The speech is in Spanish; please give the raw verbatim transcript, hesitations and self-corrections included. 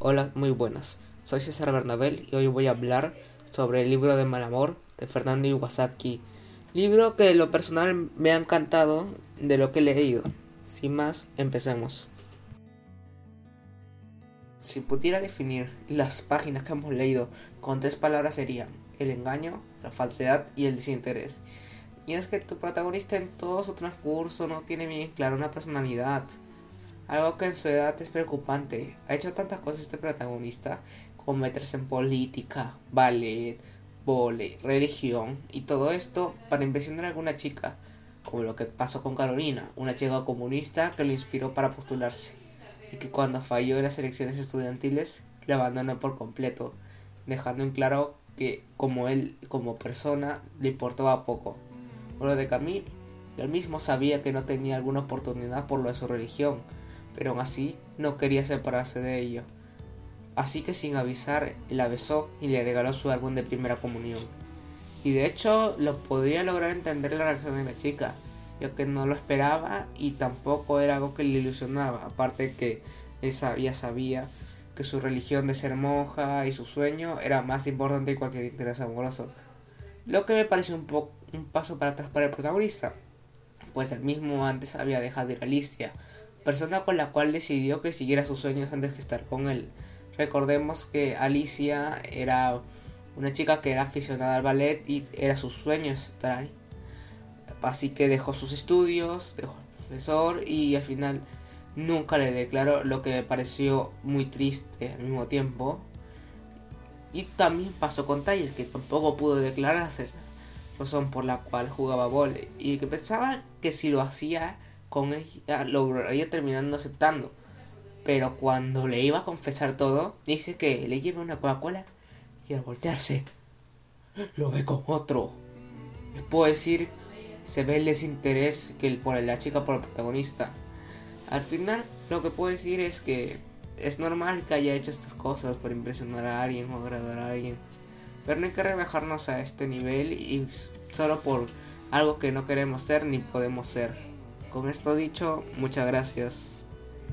Hola, muy buenas. Soy César Bernabel y hoy voy a hablar sobre el libro de Malamor de Fernando Iwasaki. Libro que en lo personal me ha encantado de lo que he leído. Sin más, empecemos. Si pudiera definir las páginas que hemos leído con tres palabras serían el engaño, la falsedad y el desinterés. Y es que tu protagonista en todo su transcurso no tiene bien clara una personalidad. Algo que en su edad es preocupante. Ha hecho tantas cosas este protagonista como meterse en política, ballet, vole, religión y todo esto para impresionar a alguna chica, como lo que pasó con Carolina, una chica comunista que lo inspiró para postularse y que cuando falló en las elecciones estudiantiles le abandonó por completo, dejando en claro que como él como persona le importaba poco. Lo de Camille, él mismo sabía que no tenía alguna oportunidad por lo de su religión, pero aún así no quería separarse de ello. Así que sin avisar la besó y le regaló su álbum de primera comunión. Y de hecho lo podría lograr entender la reacción de la chica, ya que no lo esperaba y tampoco era algo que le ilusionaba, aparte que él sabía, sabía que su religión de ser monja y su sueño era más importante que cualquier interés amoroso. Lo que me pareció un, poco un paso para atrás para el protagonista, pues él mismo antes había dejado ir a Alicia, persona con la cual decidió que siguiera sus sueños antes que estar con él. Recordemos que Alicia era una chica que era aficionada al ballet y era su sueño estar ahí. Así que dejó sus estudios, dejó al profesor y al final nunca le declaró, lo que me pareció muy triste al mismo tiempo. Y también pasó con Talles, que tampoco pudo declararse, razón por la cual jugaba vóley y que pensaba que si lo hacía con ella lograría terminando aceptando, pero cuando le iba a confesar todo dice que le lleva una Coca-Cola y al voltearse lo ve con otro. Les puedo decir, se ve el desinterés que el, por la chica por el protagonista. Al final lo que puedo decir es que es normal que haya hecho estas cosas por impresionar a alguien o agradar a alguien, pero no hay que rebajarnos a este nivel y solo por algo que no queremos ser ni podemos ser. Con esto dicho, muchas gracias.